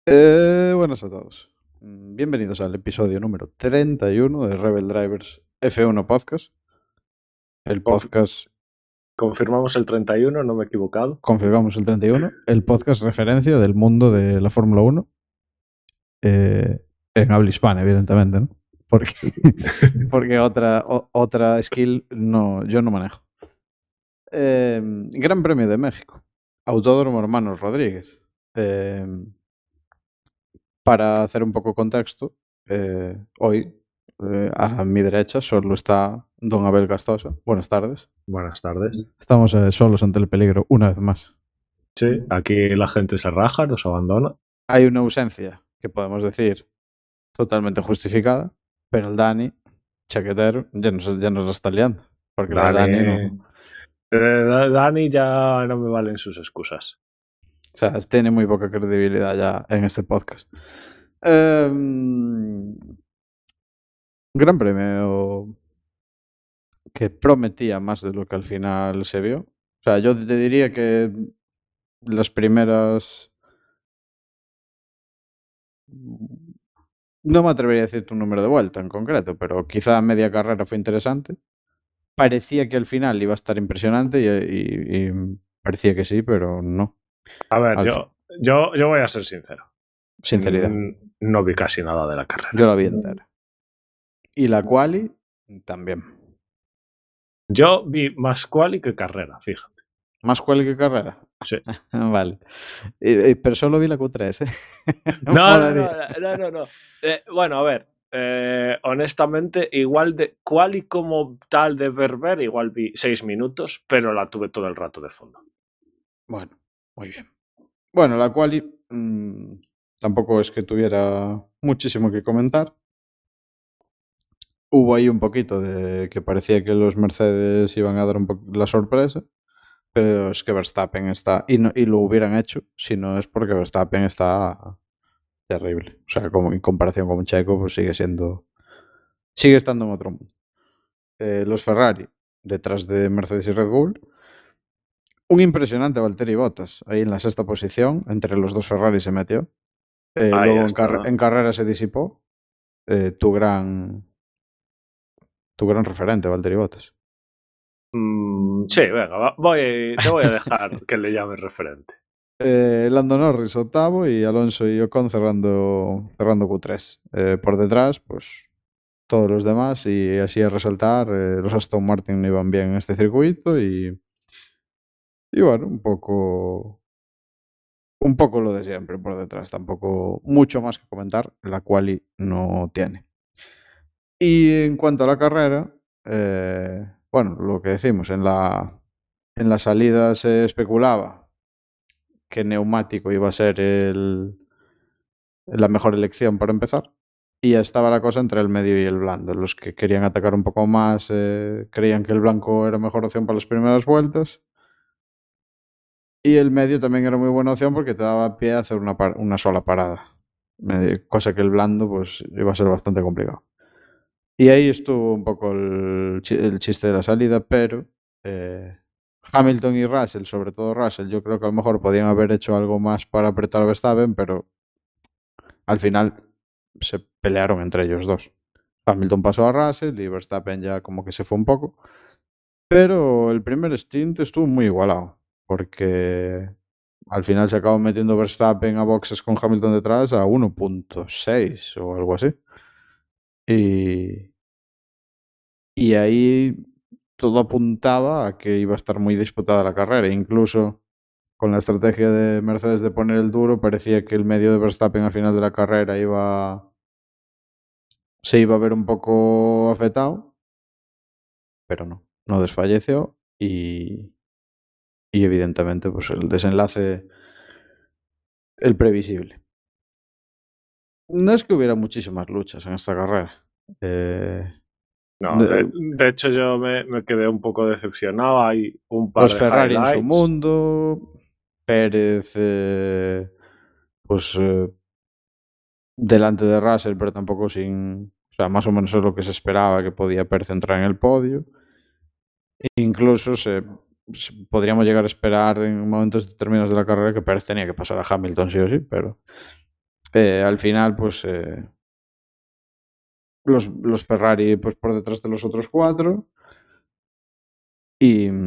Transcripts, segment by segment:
Buenas a todos. Bienvenidos al episodio número 31 de Rebel Drivers F1 Podcast. El Conf- podcast, Confirmamos el 31, no me he equivocado. confirmamos el 31, el podcast referencia del mundo de la Fórmula 1 en habla hispana, evidentemente, ¿no? Porque, porque otra skill yo no manejo. Gran Premio de México. Autódromo Hermanos Rodríguez. Para hacer un poco contexto, hoy a mi derecha solo está don Abel Gastosa. Buenas tardes. Buenas tardes. Estamos solos ante el peligro una vez más. Sí, aquí la gente se raja, nos abandona. Hay una ausencia que podemos decir totalmente justificada, pero el Dani, chaquetero, ya nos la está liando. Porque la Dani no. Dani ya no me valen sus excusas. O sea, tiene muy poca credibilidad ya en este podcast. Gran premio que prometía más de lo que al final se vio. O sea, yo te diría que las primeras... No me atrevería a decirte un número de vuelta en concreto, pero quizá media carrera fue interesante. Parecía que al final iba a estar impresionante y parecía que sí, pero no. A ver, Al yo voy a ser sincero. Sinceridad. No vi casi nada de la carrera. Yo la vi entera. Y la quali también. Yo vi más quali que carrera, fíjate. ¿Más quali que carrera? Sí. Vale. Pero solo vi la Q3, ¿eh? No. Bueno, a ver. Honestamente, igual de quali como tal de Berber, igual vi 6 minutos, pero la tuve todo el rato de fondo. Bueno, muy bien. Bueno, la quali tampoco es que tuviera muchísimo que comentar. Hubo ahí un poquito de que parecía que los Mercedes iban a dar un poco la sorpresa, pero es que Verstappen está, y lo hubieran hecho, si no es porque Verstappen está terrible. O sea, como en comparación con Checo, pues sigue estando en otro mundo. Los Ferrari, detrás de Mercedes y Red Bull. Un impresionante Valtteri Bottas, ahí en la sexta posición, entre los dos Ferrari se metió. Ahí Luego está. en carrera se disipó. Tu gran referente, Valtteri Bottas. Sí, venga, te voy a dejar que le llame referente. Lando Norris octavo y Alonso y Ocon cerrando Q3. Por detrás, pues todos los demás y así a resaltar, los Aston Martin no iban bien en este circuito y bueno, un poco lo de siempre por detrás. Tampoco mucho más que comentar, la quali no tiene. Y en cuanto a la carrera, bueno, lo que decimos, en la salida se especulaba que neumático iba a ser la mejor elección para empezar. Y ya estaba la cosa entre el medio y el blando. Los que querían atacar un poco más creían que el blanco era mejor opción para las primeras vueltas. Y el medio también era muy buena opción porque te daba pie a hacer una sola parada. Cosa que el blando pues iba a ser bastante complicado. Y ahí estuvo un poco el chiste de la salida, pero Hamilton y Russell, sobre todo Russell, yo creo que a lo mejor podían haber hecho algo más para apretar a Verstappen, pero al final se pelearon entre ellos dos. Hamilton pasó a Russell y Verstappen ya como que se fue un poco. Pero el primer stint estuvo muy igualado, porque al final se acabó metiendo Verstappen a boxes con Hamilton detrás a 1.6 o algo así. Y ahí todo apuntaba a que iba a estar muy disputada la carrera. Incluso con la estrategia de Mercedes de poner el duro, parecía que el medio de Verstappen al final de la carrera se iba a ver un poco afectado, pero no desfalleció y evidentemente pues el desenlace, el previsible. No es que hubiera muchísimas luchas en esta carrera. No, de hecho yo me quedé un poco decepcionado. Hay un par Los de Ferrari en su highlights. mundo, Pérez pues delante de Russell, pero tampoco sin... O sea, más o menos es lo que se esperaba que podía Pérez entrar en el podio. Incluso podríamos llegar a esperar en momentos determinados de la carrera que Pérez tenía que pasar a Hamilton sí o sí, pero Al final, pues los Ferrari pues, por detrás de los otros 4 y,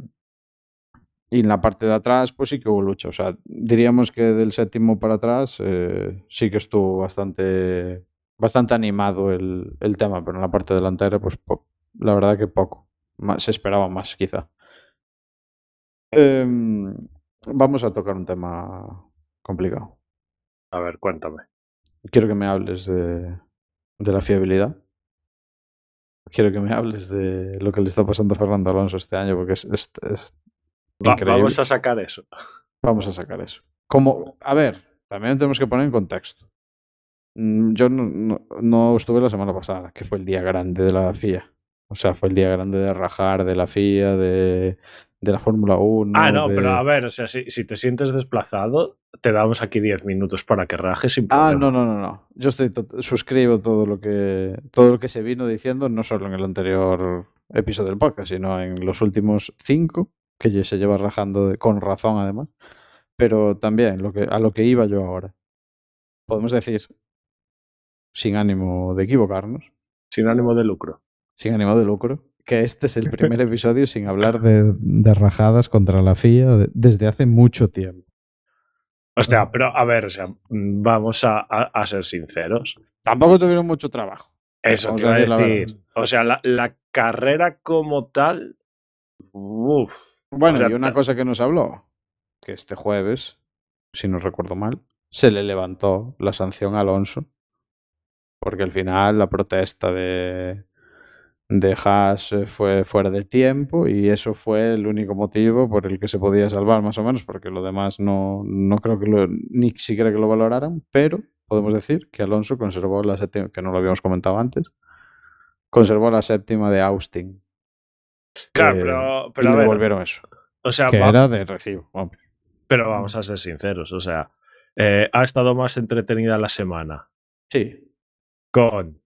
y en la parte de atrás pues sí que hubo lucha. O sea, diríamos que del séptimo para atrás sí que estuvo bastante animado el tema, pero en la parte delantera pues la verdad que poco. Se esperaba más quizá. Vamos a tocar un tema complicado. A ver, cuéntame. Quiero que me hables de la fiabilidad. Quiero que me hables de lo que le está pasando a Fernando Alonso este año, porque es increíble. Vamos a sacar eso. Vamos a sacar eso. A ver, también tenemos que poner en contexto. Yo no estuve la semana pasada, que fue el día grande de la FIA. O sea, fue el día grande de rajar de la FIA, de la Fórmula 1. No, pero a ver, o sea, si te sientes desplazado, te damos aquí 10 minutos para que rajes sin problema. No. Yo suscribo todo lo que se vino diciendo, no solo en el anterior episodio del podcast, sino en los últimos 5, que ya se lleva rajando con razón además. Pero también a lo que iba yo ahora. Podemos decir, sin ánimo de equivocarnos, Sin ánimo de lucro. sin ánimo de lucro, que este es el primer episodio sin hablar de rajadas contra la FIA desde hace mucho tiempo. O sea, pero a ver, o sea, vamos a ser sinceros. Tampoco tuvieron mucho trabajo. Eso te iba a decir. O sea, la carrera como tal. Uff. Bueno, o sea, y una cosa que nos habló, que este jueves, si no recuerdo mal, se le levantó la sanción a Alonso, porque al final la protesta de Haas fue fuera de tiempo y eso fue el único motivo por el que se podía salvar más o menos, porque lo demás no creo que ni siquiera que lo valoraran, pero podemos decir que Alonso conservó la séptima, que no lo habíamos comentado antes, conservó la séptima de Austin. Claro, pero y a le ver, devolvieron eso. O sea, que era de recibo. Hombre. Pero vamos a ser sinceros, o sea, ha estado más entretenida la semana. Sí. Con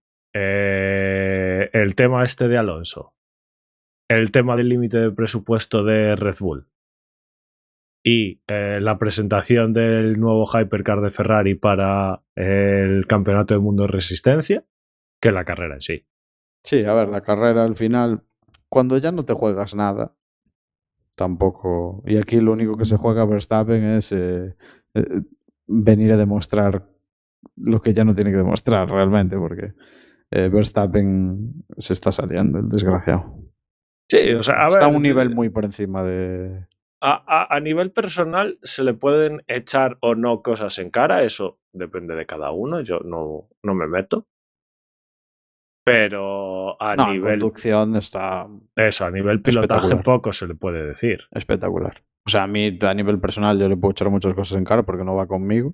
el tema este de Alonso, el tema del límite de presupuesto de Red Bull y la presentación del nuevo Hypercar de Ferrari para el Campeonato del Mundo de Resistencia, que la carrera en sí. Sí, a ver, la carrera al final, cuando ya no te juegas nada, tampoco. Y aquí lo único que se juega Verstappen es venir a demostrar lo que ya no tiene que demostrar realmente, porque Verstappen se está saliendo, el desgraciado. Sí, o sea, a ver. Está a un nivel muy por encima de. A nivel personal, se le pueden echar o no cosas en cara, eso depende de cada uno, yo no me meto. Pero a nivel. Conducción está. Eso, a nivel pilotaje poco se le puede decir. Espectacular. O sea, a mí a nivel personal yo le puedo echar muchas cosas en cara porque no va conmigo.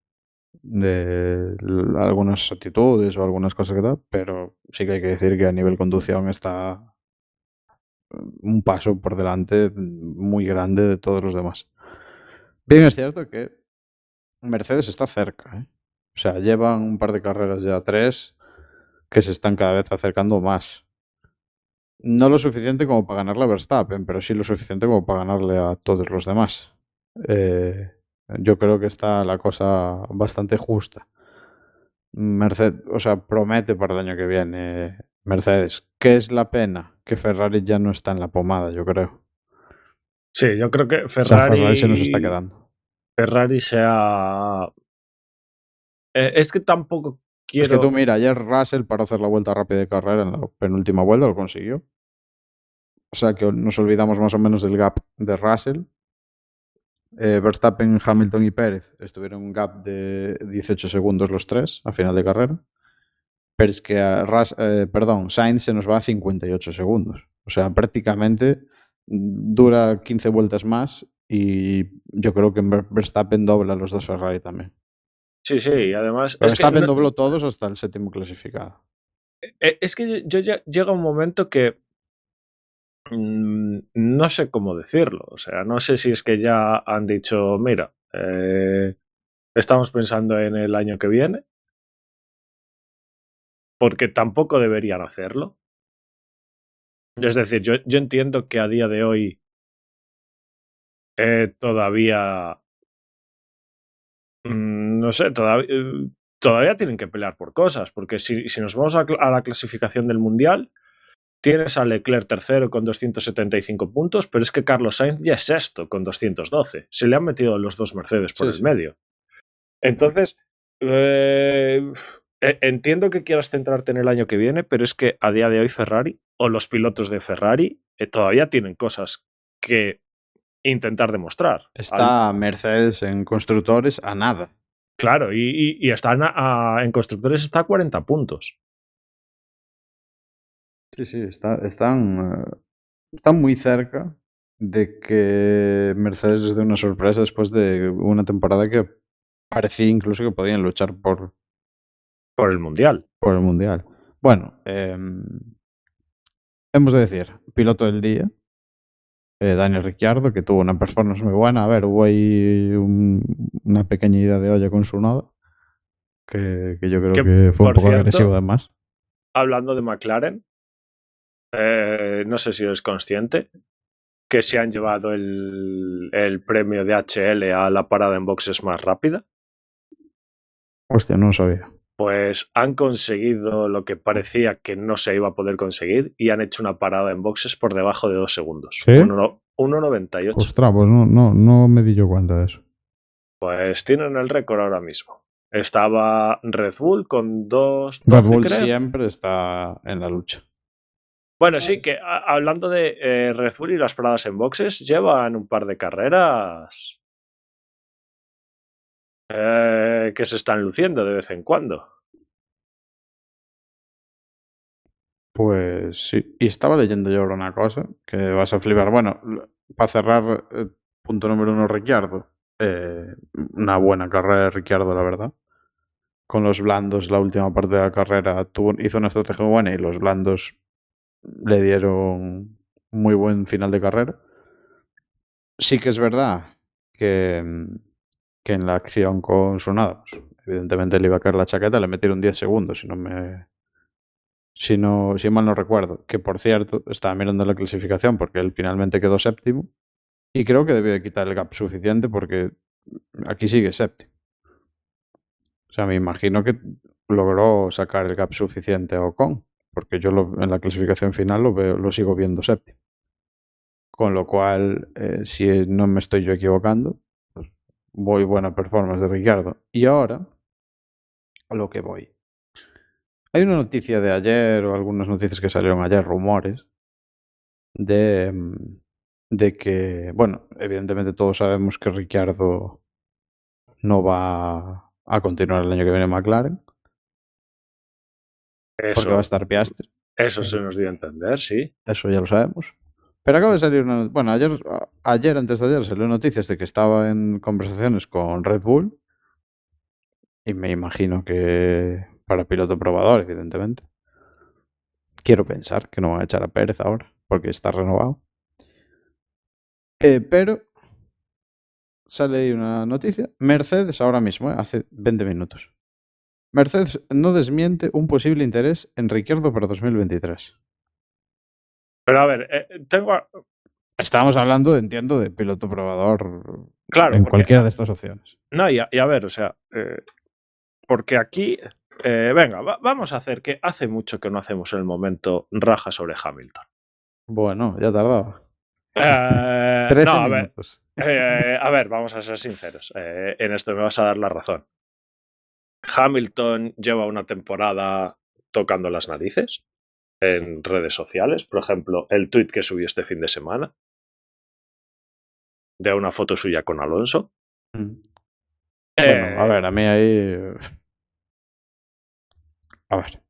De algunas actitudes o algunas cosas que da, pero sí que hay que decir que a nivel conducción está un paso por delante muy grande de todos los demás. Bien, es cierto que Mercedes está cerca, ¿eh? O sea, llevan un par de carreras ya, 3, que se están cada vez acercando más. No lo suficiente como para ganarle a Verstappen, pero sí lo suficiente como para ganarle a todos los demás. Yo creo que está la cosa bastante justa. Mercedes, o sea, promete para el año que viene Mercedes. ¿Qué es la pena? Que Ferrari ya no está en la pomada, yo creo. Sí, yo creo que Ferrari. O sea, Ferrari se nos está quedando. Ferrari sea. Es que tampoco quiero. Es que tú mira, ayer Russell para hacer la vuelta rápida de carrera en la penúltima vuelta lo consiguió. O sea que nos olvidamos más o menos del gap de Russell. Verstappen, Hamilton y Pérez estuvieron en un gap de 18 segundos los tres a final de carrera. Pero es que Sainz se nos va a 58 segundos. O sea, prácticamente dura 15 vueltas más y yo creo que Verstappen dobla los dos Ferrari también. Sí, sí, además. Verstappen dobló todos hasta el séptimo clasificado. Es que yo ya llega un momento que no sé cómo decirlo. O sea, no sé si es que ya han dicho, mira, estamos pensando en el año que viene, porque tampoco deberían hacerlo. Es decir, yo entiendo que a día de hoy no sé, todavía tienen que pelear por cosas, porque si nos vamos a la clasificación del Mundial, tienes a Leclerc tercero con 275 puntos, pero es que Carlos Sainz ya es sexto con 212. Se le han metido los dos Mercedes por el medio. Entonces, entiendo que quieras centrarte en el año que viene, pero es que a día de hoy Ferrari o los pilotos de Ferrari todavía tienen cosas que intentar demostrar. Está Mercedes en constructores a nada. Claro, y están en constructores está a 40 puntos. Sí, están muy cerca de que Mercedes les dé una sorpresa después de una temporada que parecía incluso que podían luchar por el Mundial. Por el Mundial. Bueno, hemos de decir, piloto del día, Daniel Ricciardo, que tuvo una performance muy buena. A ver, hubo ahí una pequeña ida de olla con su nodo, que yo creo que fue un poco agresivo además. Hablando de McLaren, no sé si eres consciente que se han llevado el premio de HL a la parada en boxes más rápida. Hostia, no lo sabía. Pues han conseguido lo que parecía que no se iba a poder conseguir y han hecho una parada en boxes por debajo de 2 segundos. ¿Sí? 1.98. Ostras, pues no me di yo cuenta de eso. Pues tienen el récord ahora mismo. Estaba Red Bull con 2.12, Red Bull creo. Siempre está en la lucha. Bueno, sí, que hablando de Red Bull y las paradas en boxes, llevan un par de carreras que se están luciendo de vez en cuando. Pues sí, y estaba leyendo yo ahora una cosa que vas a flipar. Bueno, para cerrar, punto número 1, Ricciardo. Una buena carrera de Ricciardo, la verdad. Con los blandos, la última parte de la carrera hizo una estrategia buena y los blandos le dieron muy buen final de carrera. Sí que es verdad que en la acción con Tsunoda, pues, evidentemente le iba a caer la chaqueta, le metieron 10 segundos, si mal no recuerdo. Que por cierto, estaba mirando la clasificación porque él finalmente quedó séptimo y creo que debió de quitar el gap suficiente porque aquí sigue séptimo. O sea, me imagino que logró sacar el gap suficiente a Ocon, porque yo en la clasificación final lo sigo viendo séptimo. Con lo cual, si no me estoy yo equivocando, pues muy buena performance de Ricciardo. Y ahora, a lo que voy. Hay una noticia de ayer, o algunas noticias que salieron ayer, rumores, de que, bueno, evidentemente todos sabemos que Ricciardo no va a continuar el año que viene en McLaren. Porque va a estar Piastri. Eso se nos dio a entender, sí. Eso ya lo sabemos. Pero acaba de salir una... Bueno, ayer, antes de ayer, salió noticias de que estaba en conversaciones con Red Bull. Y me imagino que para piloto probador, evidentemente. Quiero pensar que no van a echar a Pérez ahora, porque está renovado. Pero sale ahí una noticia. Mercedes ahora mismo, hace 20 minutos. Mercedes no desmiente un posible interés en Ricciardo para 2023. Pero a ver, Estamos hablando, entiendo, de piloto probador, claro, en cualquiera de estas opciones. No, y a ver, o sea, porque aquí, venga, vamos a hacer que hace mucho que no hacemos el momento raja sobre Hamilton. Bueno, ya tardaba. 13 minutos. A ver, vamos a ser sinceros. En esto me vas a dar la razón. Hamilton lleva una temporada tocando las narices en redes sociales. Por ejemplo, el tuit que subió este fin de semana de una foto suya con Alonso. Bueno, a ver, a mí ahí... A ver.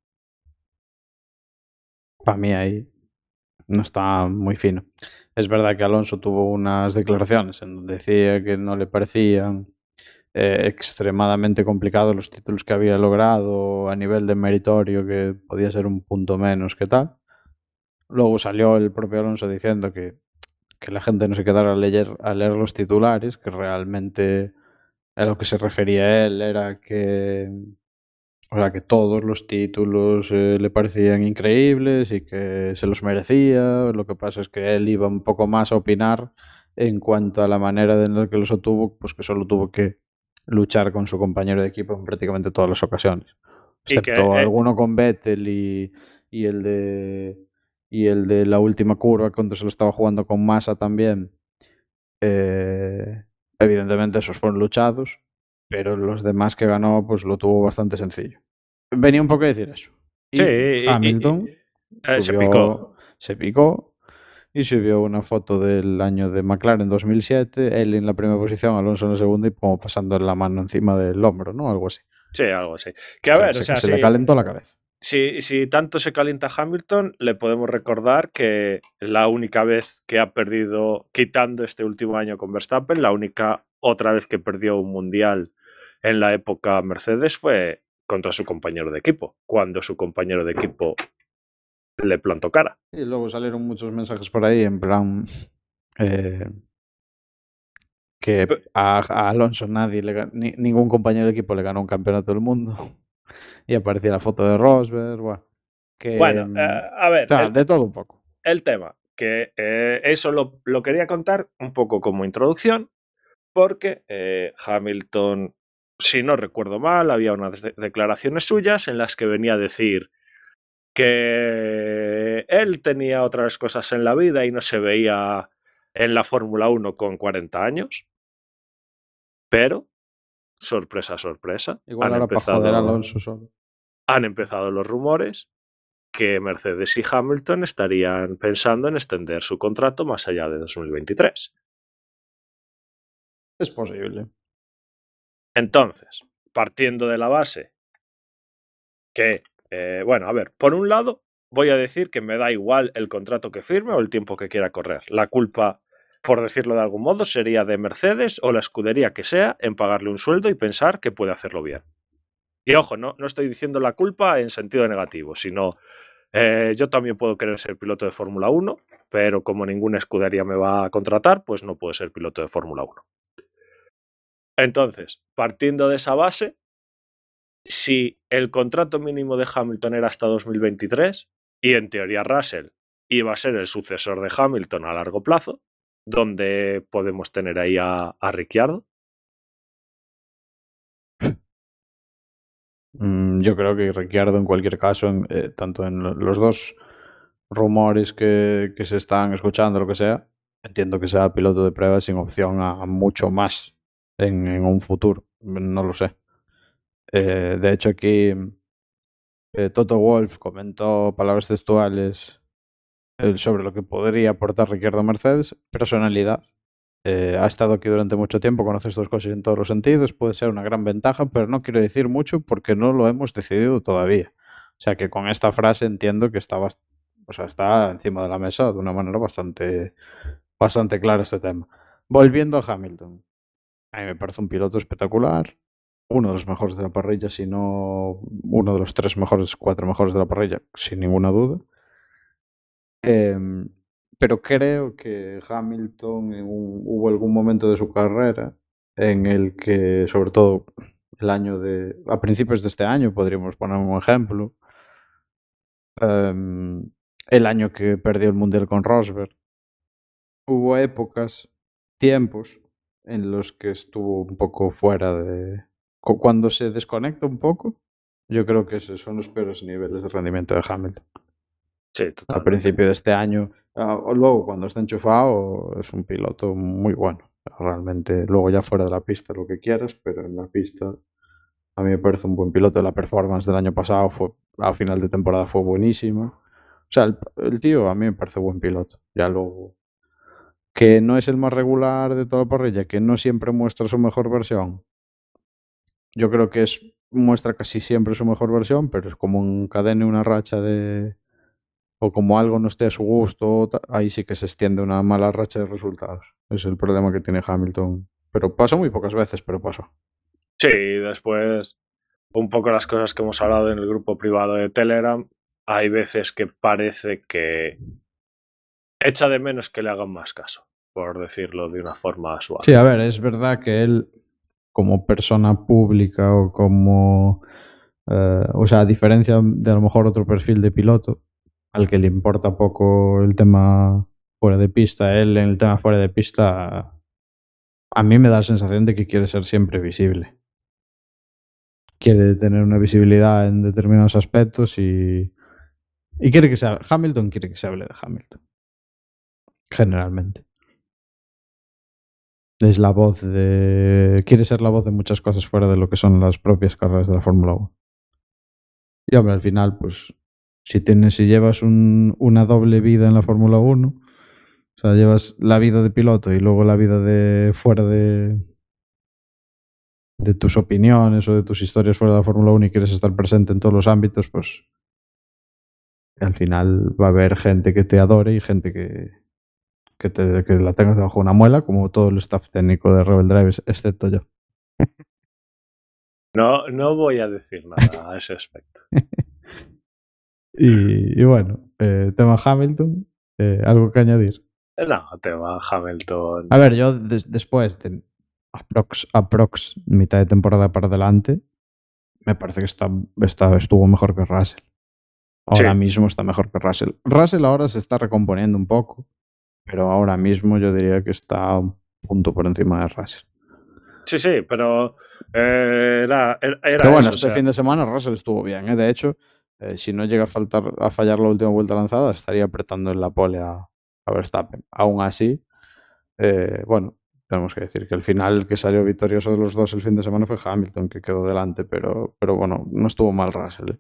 Para mí ahí no está muy fino. Es verdad que Alonso tuvo unas declaraciones en donde decía que no le parecían extremadamente complicados los títulos que había logrado a nivel de meritorio, que podía ser un punto menos que tal. Luego salió el propio Alonso diciendo que la gente no se quedara a leer los titulares, que realmente a lo que se refería él era que todos los títulos le parecían increíbles y que se los merecía. Lo que pasa es que él iba un poco más a opinar en cuanto a la manera en la que los obtuvo, pues que solo tuvo que luchar con su compañero de equipo en prácticamente todas las ocasiones. Excepto alguno con Vettel y el de la última curva cuando se lo estaba jugando con Massa también. Evidentemente esos fueron luchados, pero los demás que ganó pues lo tuvo bastante sencillo. Venía un poco a decir eso. Y Hamilton se picó y subió una foto del año de McLaren 2007, él en la primera posición, Alonso en la segunda y como pasando la mano encima del hombro, ¿no? Algo así. Sí, algo así. Que a ver, se le calentó la cabeza. Si tanto se calienta Hamilton, le podemos recordar que la única vez que ha perdido, quitando este último año con Verstappen, la única otra vez que perdió un mundial en la época Mercedes fue contra su compañero de equipo, cuando su compañero de equipo le plantó cara. Y luego salieron muchos mensajes por ahí en plan que a Alonso ningún compañero de equipo le ganó un campeonato del mundo. Y aparecía la foto de Rosberg. Bueno, a ver, de todo un poco. El tema, que eso lo quería contar un poco como introducción, porque Hamilton, si no recuerdo mal, había unas declaraciones suyas en las que venía a decir que él tenía otras cosas en la vida y no se veía en la Fórmula 1 con 40 años. Pero, sorpresa, sorpresa, igual ahora para joder a Alonso solo. Han empezado los rumores que Mercedes y Hamilton estarían pensando en extender su contrato más allá de 2023. Es posible. Entonces, partiendo de la base que, bueno, a ver, por un lado, voy a decir que me da igual el contrato que firme o el tiempo que quiera correr. La culpa, por decirlo de algún modo, sería de Mercedes o la escudería que sea en pagarle un sueldo y pensar que puede hacerlo bien. Y ojo, no estoy diciendo la culpa en sentido negativo, sino yo también puedo querer ser piloto de Fórmula 1, pero como ninguna escudería me va a contratar, pues no puedo ser piloto de Fórmula 1. Entonces, partiendo de esa base, si el contrato mínimo de Hamilton era hasta 2023 y en teoría Russell iba a ser el sucesor de Hamilton a largo plazo, ¿dónde podemos tener ahí a Ricciardo? Yo creo que Ricciardo en cualquier caso, tanto en los dos rumores que se están escuchando, lo que sea, entiendo que sea piloto de prueba sin opción a mucho más en un futuro, no lo sé. De hecho aquí Toto Wolff comentó palabras textuales sobre lo que podría aportar Ricciardo a Mercedes, personalidad. Ha estado aquí durante mucho tiempo, conoce estas cosas en todos los sentidos, puede ser una gran ventaja, pero no quiero decir mucho porque no lo hemos decidido todavía. O sea que con esta frase entiendo que está encima de la mesa de una manera bastante clara este tema. Volviendo a Hamilton, a mí me parece un piloto espectacular, uno de los mejores de la parrilla, si no uno de los 3 mejores, 4 mejores de la parrilla, sin ninguna duda. Pero creo que Hamilton hubo algún momento de su carrera en el que, sobre todo a principios de este año, podríamos poner un ejemplo, el año que perdió el Mundial con Rosberg, hubo tiempos en los que estuvo un poco fuera de... Cuando se desconecta un poco, yo creo que esos son los peores niveles de rendimiento de Hamilton. Sí, totalmente. Al principio de este año, luego cuando está enchufado es un piloto muy bueno. Realmente, luego ya fuera de la pista lo que quieras, pero en la pista a mí me parece un buen piloto. La performance del año pasado a final de temporada fue buenísima. O sea, el tío a mí me parece buen piloto. Ya luego, que no es el más regular de toda la parrilla, que no siempre muestra su mejor versión. Yo creo que muestra casi siempre su mejor versión, pero es como encadene una racha o como algo no esté a su gusto, ahí sí que se extiende una mala racha de resultados. Es el problema que tiene Hamilton. Pero pasó muy pocas veces, pero pasó. Sí, después, un poco las cosas que hemos hablado en el grupo privado de Telegram, hay veces que parece que echa de menos que le hagan más caso, por decirlo de una forma suave. Sí, a ver, es verdad que él, como persona pública o como... o sea, a diferencia de a lo mejor otro perfil de piloto, al que le importa poco el tema fuera de pista, él en el tema fuera de pista a mí me da la sensación de que quiere ser siempre visible. quiere tener una visibilidad en determinados aspectos y quiere que Hamilton quiere que se hable de Hamilton. Generalmente. Es la voz quiere ser la voz de muchas cosas fuera de lo que son las propias carreras de la Fórmula 1. Y hombre, al final, pues, si llevas una doble vida en la Fórmula 1, o sea, llevas la vida de piloto y luego la vida de fuera de tus opiniones o de tus historias fuera de la Fórmula 1 y quieres estar presente en todos los ámbitos, pues al final va a haber gente que te adore y gente que la tengas debajo de una muela, como todo el staff técnico de Rebel Drive, excepto yo. No voy a decir nada a ese aspecto. y bueno, tema Hamilton, ¿algo que añadir? No, tema Hamilton. A ver, yo después de aprox mitad de temporada para adelante, me parece que estuvo mejor que Russell. Ahora mismo está mejor que Russell. Russell ahora se está recomponiendo un poco, pero ahora mismo yo diría que está un punto por encima de Russell. Sí, pero era pero bueno, eso, fin de semana Russell estuvo bien. De hecho, si no llega a fallar la última vuelta lanzada, estaría apretando en la pole a Verstappen. Aún así, bueno, tenemos que decir que el final que salió victorioso de los dos el fin de semana fue Hamilton, que quedó delante, pero bueno, no estuvo mal Russell.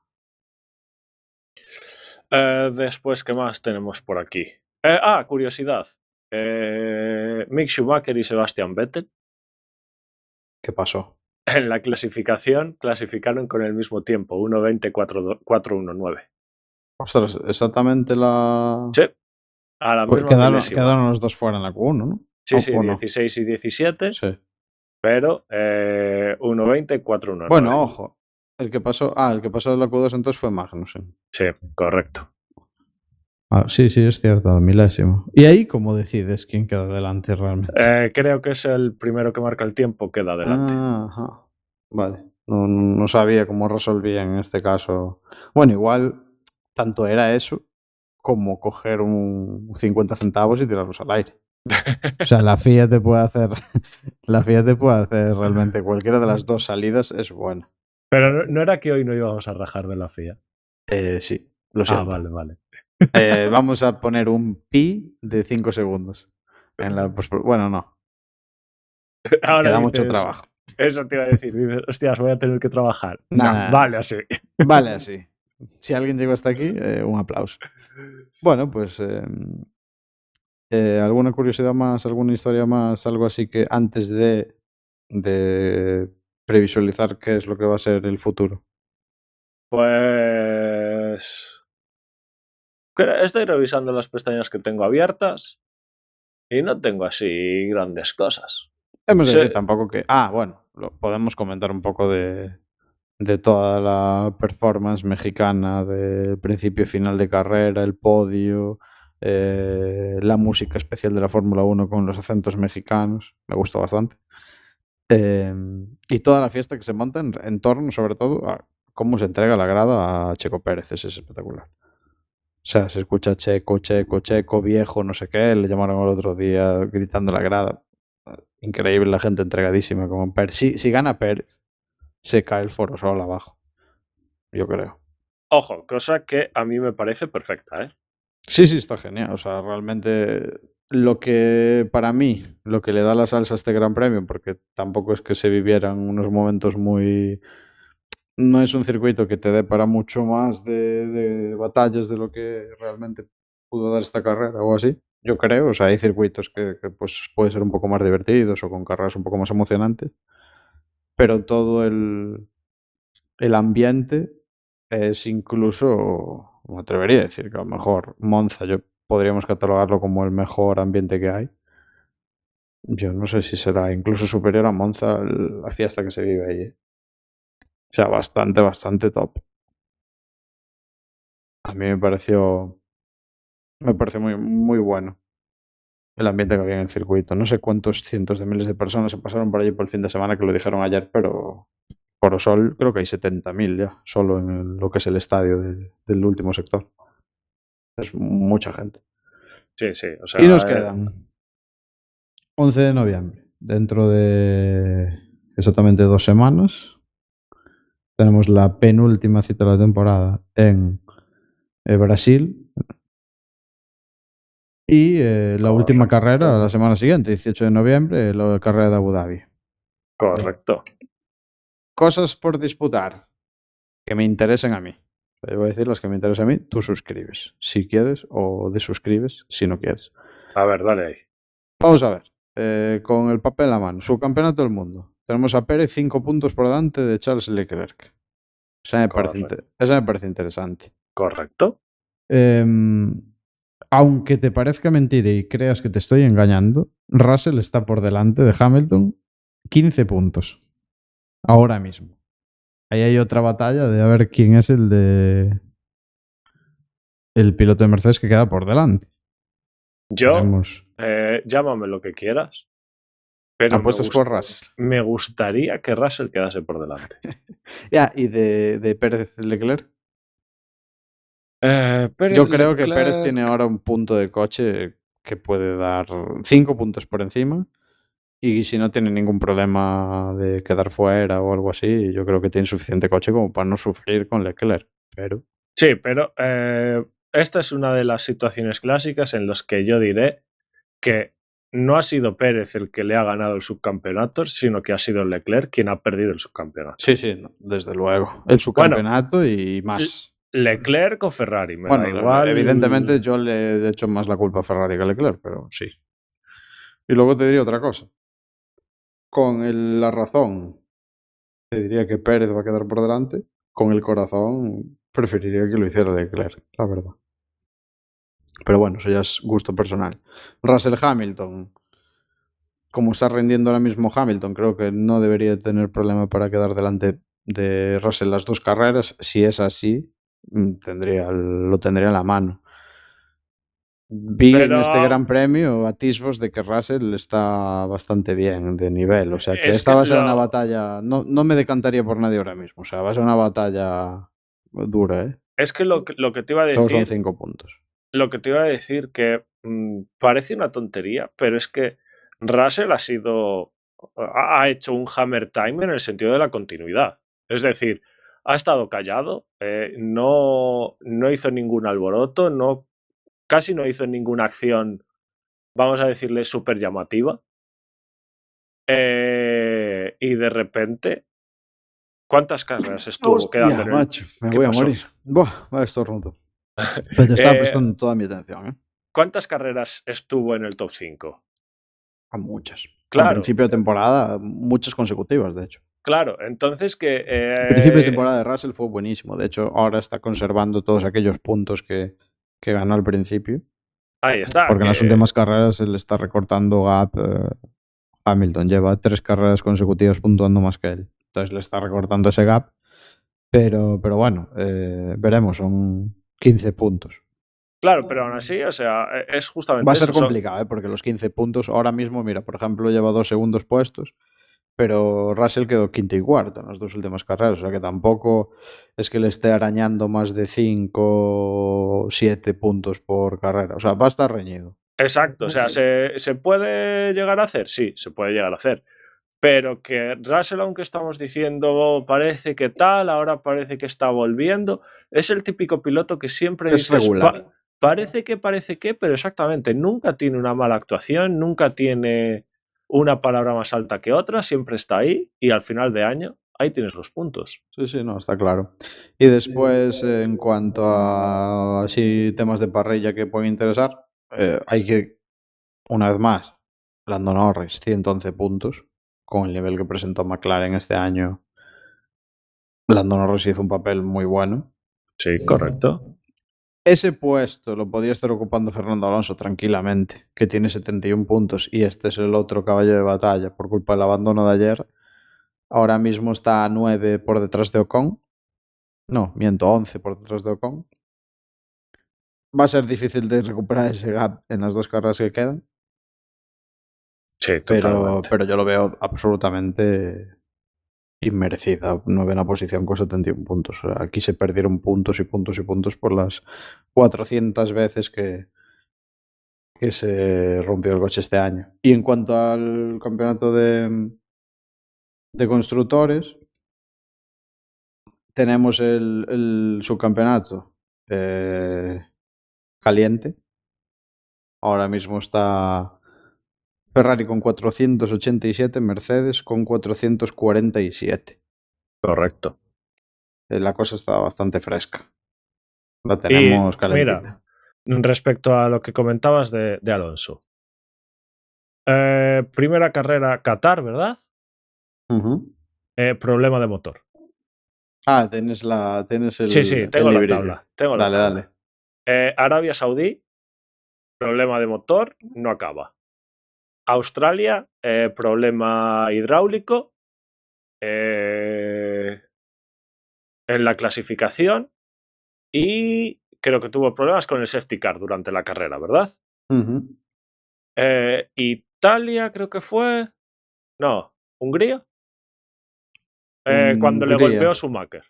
Después, ¿qué más tenemos por aquí? Curiosidad. Mick Schumacher y Sebastian Vettel. ¿Qué pasó? En la clasificación clasificaron con el mismo tiempo, 1.20.419. Ostras, exactamente la... Sí, a la misma quedaron los dos fuera en la Q1, ¿no? Sí, 16 y 17. Sí. Pero 1.20.419. Bueno, ojo. El que pasó de la Q2 entonces fue Magnussen. Sí, correcto. Sí, es cierto, milésimo. ¿Y ahí cómo decides quién queda delante realmente? Creo que es el primero que marca el tiempo, queda delante. Ajá. Vale. No sabía cómo resolvían en este caso. Bueno, igual tanto era eso como coger un 50 centavos y tirarlos al aire. O sea, la FIA te puede hacer realmente cualquiera de las dos salidas es buena. Pero no era que hoy no íbamos a rajar de la FIA. Sí, lo siento. Vale. Vamos a poner un pi de 5 segundos. Bueno, no. Ahora queda mucho trabajo. Eso te iba a decir. Hostias, voy a tener que trabajar. Vale así. Vale así. Si alguien llegó hasta aquí, un aplauso. Bueno, pues ¿alguna curiosidad más, alguna historia más, algo así que antes de previsualizar qué es lo que va a ser el futuro? Pues estoy revisando las pestañas que tengo abiertas y no tengo así grandes cosas. Hemos de decir tampoco que... bueno, podemos comentar un poco de toda la performance mexicana del principio y final de carrera, el podio, la música especial de la Fórmula 1 con los acentos mexicanos, me gustó bastante. Y toda la fiesta que se monta en torno, sobre todo, a cómo se entrega la grada a Checo Pérez, es espectacular. O sea, se escucha Checo, viejo, no sé qué, le llamaron el otro día gritando la grada. Increíble, la gente entregadísima con Pérez. Si gana Pérez, se cae el foro solo abajo. Yo creo. Ojo, cosa que a mí me parece perfecta, ¿eh? Sí, está genial. O sea, realmente para mí, lo que le da la salsa a este Gran Premio, porque tampoco es que se vivieran unos momentos muy... No es un circuito que te dé para mucho más de batallas de lo que realmente pudo dar esta carrera o así. Yo creo, o sea, hay circuitos que pues pueden ser un poco más divertidos o con carreras un poco más emocionantes, pero todo el ambiente es incluso, me atrevería a decir que a lo mejor Monza podríamos catalogarlo como el mejor ambiente que hay. Yo no sé si será incluso superior a Monza la fiesta que se vive ahí. O sea, bastante top. A mí me pareció muy, muy bueno el ambiente que había en el circuito. No sé cuántos cientos de miles de personas se pasaron por allí por el fin de semana, que lo dijeron ayer, pero por Osol creo que hay 70.000 ya, solo en lo que es el estadio del último sector. Es mucha gente. Sí, o sea... Y nos quedan 11 de noviembre, dentro de exactamente 2 semanas. tenemos la penúltima cita de la temporada en Brasil y la última carrera la semana siguiente, 18 de noviembre, la carrera de Abu Dhabi. Correcto. Cosas por disputar que me interesen a mí. Yo voy a decir las que me interesan a mí. Tú suscribes si quieres o desuscribes si no quieres. A ver, dale ahí. Vamos a ver. Con el papel en la mano. Subcampeonato del mundo. Tenemos a Pérez 5 puntos por delante de Charles Leclerc. Esa me parece interesante. Correcto. Aunque te parezca mentira y creas que te estoy engañando, Russell está por delante de Hamilton 15 puntos. Ahora mismo. Ahí hay otra batalla de a ver quién es el piloto de Mercedes que queda por delante. Yo, llámame lo que quieras, pero apuestas por Russell. Me gustaría que Russell quedase por delante. Ya, ¿y de Pérez Leclerc? Yo creo que Pérez tiene ahora un punto de coche que puede dar 5 puntos por encima. Y si no tiene ningún problema de quedar fuera o algo así, yo creo que tiene suficiente coche como para no sufrir con Leclerc. Pero... Sí, pero esta es una de las situaciones clásicas en las que yo diré que no ha sido Pérez el que le ha ganado el subcampeonato, sino que ha sido Leclerc quien ha perdido el subcampeonato. Sí, no, desde luego. El subcampeonato y más. Leclerc o Ferrari, me da igual. Evidentemente yo le he hecho más la culpa a Ferrari que a Leclerc, pero sí. Y luego te diría otra cosa. Con la razón, te diría que Pérez va a quedar por delante. Con el corazón, preferiría que lo hiciera Leclerc, la verdad. Pero bueno, eso ya es gusto personal. Russell Hamilton. Como está rindiendo ahora mismo Hamilton, creo que no debería tener problema para quedar delante de Russell las 2 carreras. Si es así, lo tendría en la mano. En este gran premio atisbos de que Russell está bastante bien de nivel. O sea, que esta va a ser una batalla... No me decantaría por nadie ahora mismo. O sea, va a ser una batalla dura, ¿eh? Es que lo que te iba a decir... Todos son 5 puntos. Lo que te iba a decir que parece una tontería, pero es que Russell ha hecho un hammer time en el sentido de la continuidad. Es decir, ha estado callado, no hizo ningún alboroto, casi no hizo ninguna acción, vamos a decirle, súper llamativa. Y de repente, ¿cuántas carreras estuvo quedando en el... macho, me voy a morir. Buah, va estornudo. Pero te estaba prestando toda mi atención, ¿eh? ¿Cuántas carreras estuvo en el top 5? A muchas. Claro. Al principio de temporada, muchas consecutivas, de hecho. Claro, entonces que... El principio de temporada de Russell fue buenísimo. De hecho, ahora está conservando todos aquellos puntos que ganó al principio. Ahí está. Porque en las últimas carreras él está recortando gap. Hamilton lleva 3 carreras consecutivas puntuando más que él. Entonces le está recortando ese gap. Pero bueno, veremos, son 15 puntos. Claro, pero aún así, o sea, es justamente va a ser complicado, porque los 15 puntos ahora mismo, mira, por ejemplo, lleva 2 segundos puestos, pero Russell quedó quinto y cuarto en las 2 últimas carreras, o sea que tampoco es que le esté arañando más de 5 o 7 puntos por carrera, o sea, va a estar reñido. Exacto, o sea, ¿se puede llegar a hacer? Sí, se puede llegar a hacer. Pero que Russell, aunque estamos diciendo parece que tal, ahora parece que está volviendo, es el típico piloto que siempre es dices, regular. Parece que, pero exactamente, nunca tiene una mala actuación, nunca tiene una palabra más alta que otra, siempre está ahí y al final de año ahí tienes los puntos. Sí, no, está claro. Y después, en cuanto a así temas de parrilla que pueden interesar, hay que, una vez más, Lando Norris, 111 puntos, con el nivel que presentó McLaren este año. Lando Norris hizo un papel muy bueno. Sí, correcto. Ese puesto lo podría estar ocupando Fernando Alonso tranquilamente, que tiene 71 puntos y este es el otro caballo de batalla por culpa del abandono de ayer. Ahora mismo está a 9 por detrás de Ocon. No, miento, 11 por detrás de Ocon. Va a ser difícil de recuperar ese gap en las 2 carreras que quedan. Sí, totalmente. Pero yo lo veo absolutamente inmerecida. Novena posición con 71 puntos. O sea, aquí se perdieron puntos y puntos y puntos por las 400 veces que se rompió el coche este año. Y en cuanto al campeonato de constructores, tenemos el subcampeonato caliente. Ahora mismo está Ferrari con 487, Mercedes con 447. Correcto. La cosa está bastante fresca. La Y tenemos mira, calentita. respecto a lo que comentabas de Alonso. Primera carrera Qatar, ¿verdad? Ujú. Problema de motor. Tienes Sí, el tengo la librillo. tabla. Tengo la Dale, tabla. dale. Arabia Saudí, problema de motor, no acaba. Australia, problema hidráulico en la clasificación y creo que tuvo problemas con el safety car durante la carrera, ¿verdad? Ujú. Italia creo que fue... No, Hungría. Cuando le Hungría. golpeó Schumacher.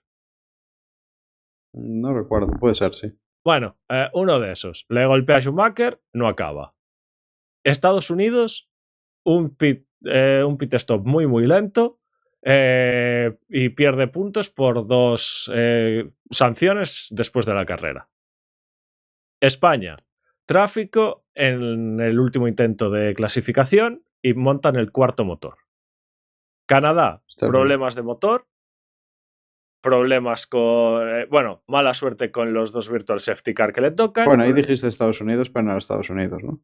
No recuerdo, puede ser, sí. Bueno, uno de esos. Le golpea a Schumacher, no acaba. Estados Unidos, un pit stop muy, muy lento y pierde puntos por 2 sanciones después de la carrera. España, tráfico en el último intento de clasificación y montan el cuarto motor. Canadá, problemas de motor, problemas con... mala suerte con los 2 virtual safety car que le tocan. Bueno, ahí dijiste Estados Unidos, pero no era Estados Unidos, ¿no?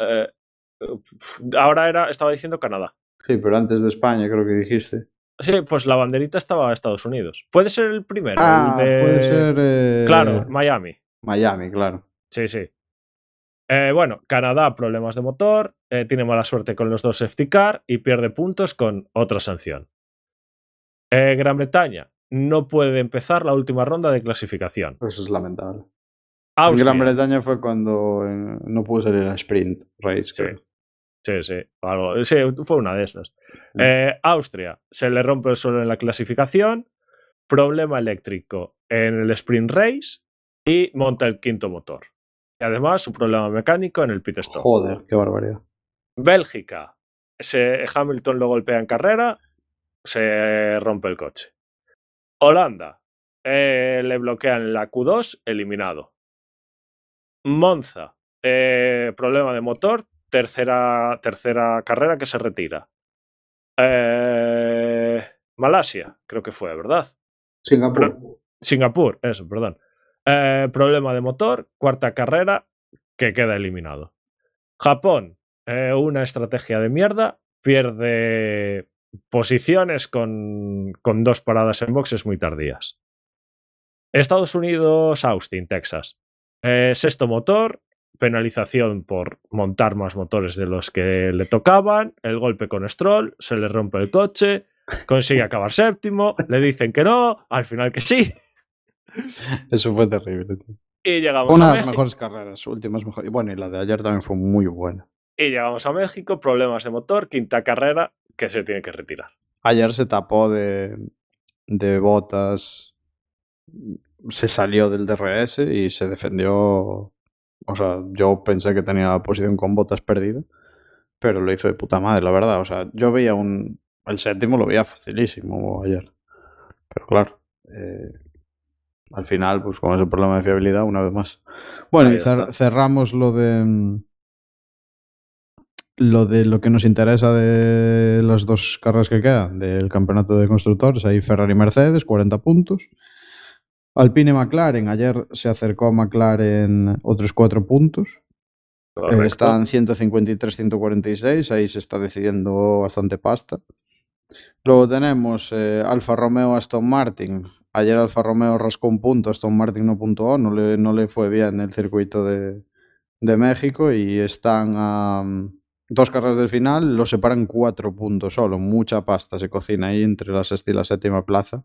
Ahora estaba diciendo Canadá. Sí, pero antes de España creo que dijiste. Sí, pues la banderita estaba a Estados Unidos. Puede ser el primero, puede ser... Claro, Miami. Miami, claro. Sí, sí. Canadá, problemas de motor, tiene mala suerte con los 2 safety car y pierde puntos con otra sanción. Gran Bretaña no puede empezar la última ronda de clasificación. Eso es lamentable. Austria. En Gran Bretaña fue cuando no pudo salir a sprint race, Sí. creo. Sí, algo. Sí, fue una de estas. Austria, se le rompe el suelo en la clasificación, problema eléctrico en el sprint race y monta el quinto motor. Y además, un problema mecánico en el pit stop. Joder, qué barbaridad. Bélgica, Hamilton lo golpea en carrera, se rompe el coche. Holanda, le bloquean la Q2, eliminado. Monza, problema de motor, tercera carrera que se retira. Malasia, creo que fue, ¿verdad? Singapur, eso, perdón. Problema de motor, cuarta carrera que queda eliminado. Japón, una estrategia de mierda, pierde posiciones con 2 paradas en boxes muy tardías. Estados Unidos, Austin, Texas. Sexto motor, penalización por montar más motores de los que le tocaban, el golpe con Stroll, se le rompe el coche, consigue acabar séptimo, le dicen que no, al final que sí. Eso fue terrible, tío. Y llegamos Una a de las México. mejores carreras, últimas mejores. Bueno, y la de ayer también fue muy buena. Y llegamos a México, problemas de motor, quinta carrera que se tiene que retirar. Ayer se tapó de botas, se salió del DRS y se defendió. O sea, yo pensé que tenía la posición con botas perdida, pero lo hizo de puta madre, la verdad. O sea, yo veía el séptimo lo veía facilísimo ayer. Pero claro, al final, pues con ese problema de fiabilidad, una vez más. Bueno, y cerramos lo de lo que nos interesa de las 2 carreras que quedan del campeonato de constructores. Ahí Ferrari y Mercedes, 40 puntos. Alpine y McLaren, ayer se acercó a McLaren otros 4 puntos. Están 153-146, ahí se está decidiendo bastante pasta. Luego tenemos Alfa Romeo Aston Martin. Ayer Alfa Romeo rascó un punto, Aston Martin no puntuó, no le fue bien el circuito de México y están a 2 carreras del final, lo separan 4 puntos solo. Mucha pasta se cocina ahí entre la sexta y la séptima plaza.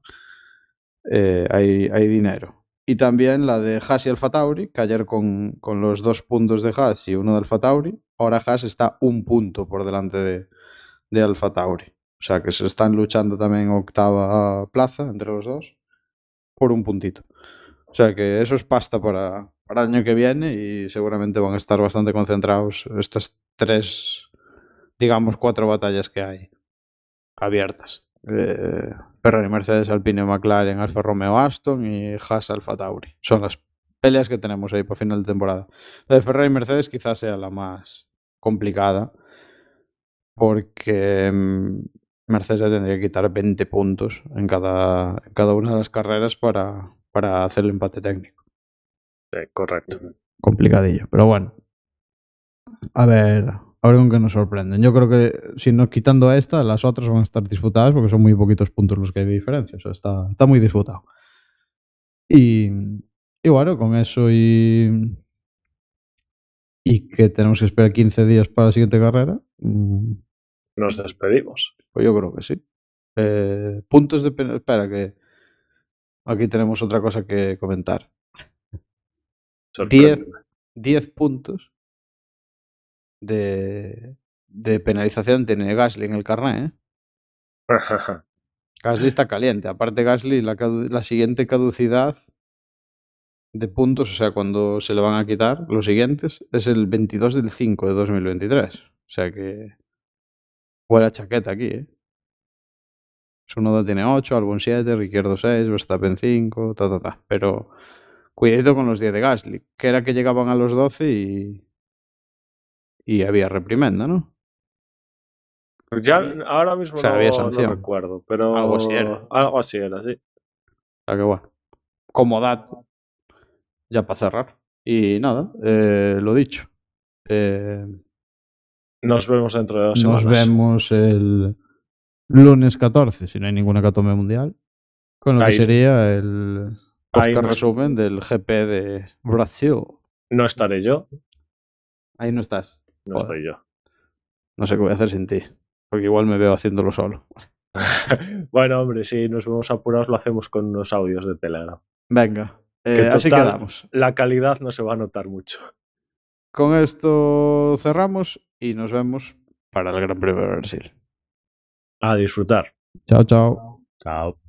Hay dinero. Y también la de Haas y Alfa Tauri, que ayer con los 2 puntos de Haas y uno de Alfa Tauri, ahora Haas está 1 punto por delante de Alfa Tauri. O sea que se están luchando también octava plaza entre los dos por 1 puntito. O sea que eso es pasta para el año que viene y seguramente van a estar bastante concentrados estas 3, digamos 4 batallas que hay abiertas. Ferrari, Mercedes, Alpine, McLaren, Alfa Romeo, Aston y Haas, Alfa Tauri. Son las peleas que tenemos ahí para final de temporada. La de Ferrari y Mercedes quizás sea la más complicada porque Mercedes tendría que quitar 20 puntos en cada una de las carreras para hacer el empate técnico. Sí, correcto. Complicadillo, pero bueno. A ver con qué nos sorprenden. Yo creo que si no quitando esta, las otras van a estar disputadas porque son muy poquitos puntos los que hay de diferencia. O sea, está muy disputado. Y bueno, con eso y que tenemos que esperar 15 días para la siguiente carrera. Nos despedimos. Pues yo creo que sí. Puntos de espera, que aquí tenemos otra cosa que comentar. 10 puntos de penalización tiene Gasly en el carnet, Gasly está caliente. Aparte, Gasly, la siguiente caducidad de puntos, o sea, cuando se le van a quitar los siguientes, es el 22 del 5 de 2023. O sea que huele a chaqueta aquí, ¿eh? Tsunoda tiene 8, Albon 7, Ricciardo 6, Verstappen 5, Pero cuidado con los 10 de Gasly, que era que llegaban a los 12 y había reprimenda, ¿no? Ya ahora mismo, o sea, había sanción. No recuerdo, pero algo así era. Algo así era, sí. O sea que bueno, como dato, ya para cerrar. Y nada, lo dicho. Nos vemos dentro de 2 semanas. Nos vemos el lunes 14, si no hay ninguna hecatombe mundial, con lo que sería el podcast resumen del GP de Brasil. No estaré yo. Ahí no estás. No estoy yo. No sé qué voy a hacer sin ti, porque igual me veo haciéndolo solo. Bueno, hombre, si nos vemos apurados lo hacemos con unos audios de Telegram. Venga, así quedamos. La calidad no se va a notar mucho. Con esto cerramos y nos vemos para el Gran Premio de Brasil. A disfrutar. Chao, chao. Chao.